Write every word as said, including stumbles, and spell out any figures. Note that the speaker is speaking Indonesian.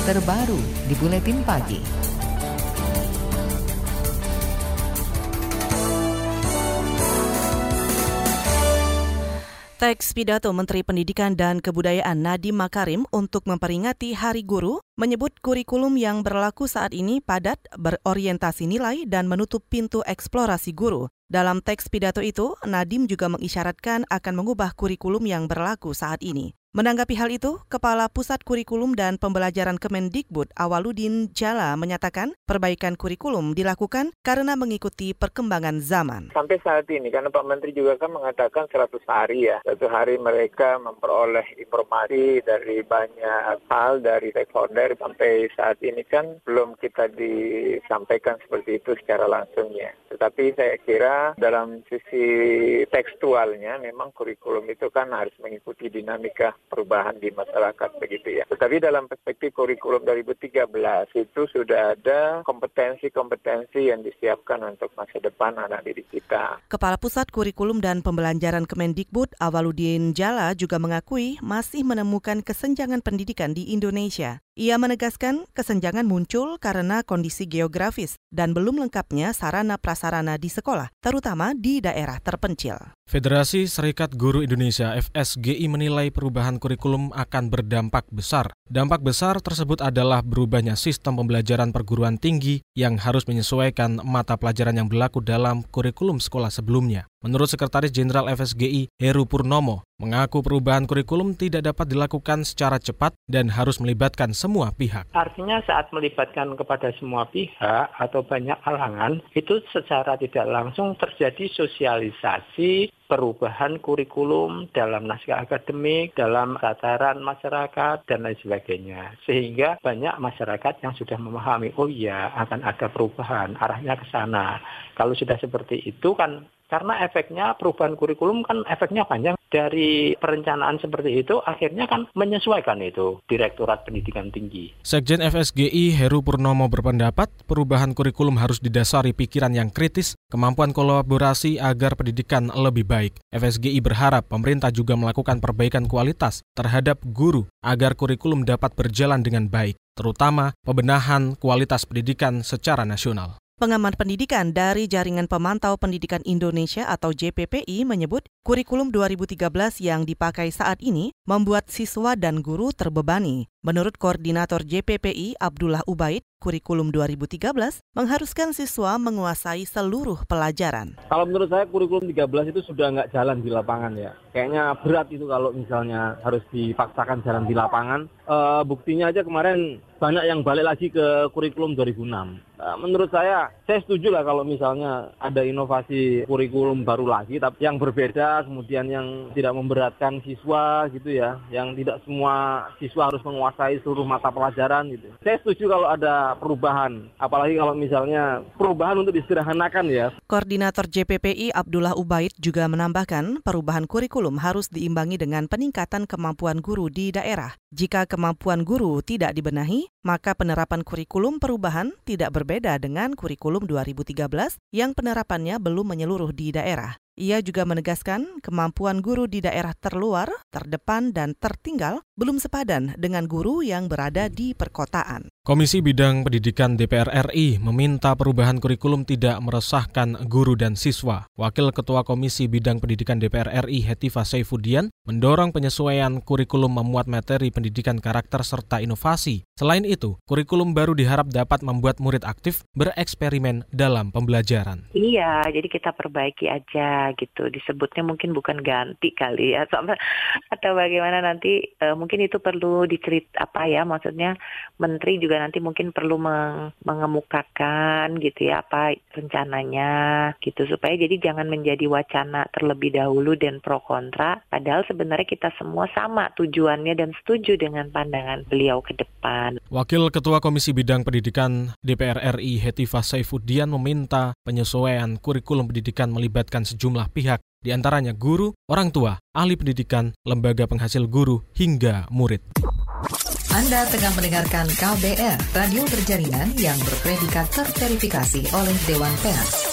terbaru di Buletin Pagi. Teks pidato Menteri Pendidikan dan Kebudayaan Nadiem Makarim untuk memperingati Hari Guru menyebut kurikulum yang berlaku saat ini padat, berorientasi nilai, dan menutup pintu eksplorasi guru. Dalam teks pidato itu, Nadiem juga mengisyaratkan akan mengubah kurikulum yang berlaku saat ini. Menanggapi hal itu, Kepala Pusat Kurikulum dan Pembelajaran Kemendikbud Awaludin Jalla menyatakan perbaikan kurikulum dilakukan karena mengikuti perkembangan zaman. Sampai saat ini, karena Pak Menteri juga kan mengatakan seratus hari ya, satu hari mereka memperoleh informasi dari banyak hal dari stakeholder, sampai saat ini kan belum kita disampaikan seperti itu secara langsungnya. Tetapi saya kira dalam sisi tekstualnya memang kurikulum itu kan harus mengikuti dinamika perubahan di masyarakat begitu ya. Tetapi dalam perspektif kurikulum dua ribu tiga belas itu sudah ada kompetensi-kompetensi yang disiapkan untuk masa depan anak didik kita. Kepala Pusat Kurikulum dan Pembelajaran Kemendikbud Awaludin Jalla juga mengakui masih menemukan kesenjangan pendidikan di Indonesia. Ia menegaskan kesenjangan muncul karena kondisi geografis dan belum lengkapnya sarana prasarana di sekolah, terutama di daerah terpencil. Federasi Serikat Guru Indonesia F S G I menilai perubahan kurikulum akan berdampak besar. Dampak besar tersebut adalah berubahnya sistem pembelajaran perguruan tinggi yang harus menyesuaikan mata pelajaran yang berlaku dalam kurikulum sekolah sebelumnya. Menurut Sekretaris Jenderal F S G I, Heru Purnomo, mengaku perubahan kurikulum tidak dapat dilakukan secara cepat dan harus melibatkan semua pihak. Artinya saat melibatkan kepada semua pihak atau banyak kalangan, itu secara tidak langsung terjadi sosialisasi perubahan kurikulum dalam naskah akademik, dalam tataran masyarakat, dan lain sebagainya. Sehingga banyak masyarakat yang sudah memahami, oh iya akan ada perubahan, arahnya ke sana. Kalau sudah seperti itu kan, karena efeknya perubahan kurikulum kan efeknya panjang. Dari perencanaan seperti itu akhirnya kan menyesuaikan itu Direktorat Pendidikan Tinggi. Sekjen F S G I Heru Purnomo berpendapat perubahan kurikulum harus didasari pikiran yang kritis, kemampuan kolaborasi agar pendidikan lebih baik. F S G I berharap pemerintah juga melakukan perbaikan kualitas terhadap guru agar kurikulum dapat berjalan dengan baik, terutama pembenahan kualitas pendidikan secara nasional. Pengamat pendidikan dari Jaringan Pemantau Pendidikan Indonesia atau J P P I menyebut kurikulum dua ribu tiga belas yang dipakai saat ini membuat siswa dan guru terbebani. Menurut Koordinator J P P I Abdullah Ubaid, kurikulum dua ribu tiga belas mengharuskan siswa menguasai seluruh pelajaran. Kalau menurut saya kurikulum tiga belas itu sudah nggak jalan di lapangan ya. Kayaknya berat itu kalau misalnya harus dipaksakan jalan di lapangan. E, buktinya aja kemarin banyak yang balik lagi ke kurikulum dua ribu enam. E, menurut saya, saya setuju lah kalau misalnya ada inovasi kurikulum baru lagi, tapi yang berbeda, kemudian yang tidak memberatkan siswa gitu ya, yang tidak semua siswa harus menguasai seluruh mata pelajaran gitu. Saya setuju kalau ada perubahan, apalagi kalau misalnya perubahan untuk disederhanakan ya. Koordinator J P P I Abdullah Ubaid juga menambahkan perubahan kurikulum harus diimbangi dengan peningkatan kemampuan guru di daerah. Jika kemampuan guru tidak dibenahi, maka penerapan kurikulum perubahan tidak berbeda dengan kurikulum dua ribu tiga belas yang penerapannya belum menyeluruh di daerah. Ia juga menegaskan kemampuan guru di daerah terluar, terdepan, dan tertinggal belum sepadan dengan guru yang berada di perkotaan. Komisi Bidang Pendidikan D P R R I meminta perubahan kurikulum tidak meresahkan guru dan siswa. Wakil Ketua Komisi Bidang Pendidikan D P R R I Hetifah Saifudian mendorong penyesuaian kurikulum memuat materi pendidikan karakter serta inovasi. Selain itu, kurikulum baru diharap dapat membuat murid aktif bereksperimen dalam pembelajaran. Iya, jadi kita perbaiki aja gitu. Disebutnya mungkin bukan ganti kali ya, atau bagaimana nanti e, mungkin itu perlu dicerit apa ya, maksudnya Menteri juga nanti mungkin perlu meng, mengemukakan gitu ya apa rencananya gitu, supaya jadi jangan menjadi wacana terlebih dahulu dan pro kontra, padahal sebenarnya kita semua sama tujuannya dan setuju dengan pandangan beliau ke depan. Wakil Ketua Komisi Bidang Pendidikan D P R R I Hetifah Saifudian meminta penyesuaian kurikulum pendidikan melibatkan sejumlah pihak, di antaranya guru, orang tua, ahli pendidikan, lembaga penghasil guru, hingga murid. Anda tengah mendengarkan K B R, radio berjaringan yang berpredikat terverifikasi oleh Dewan Pers.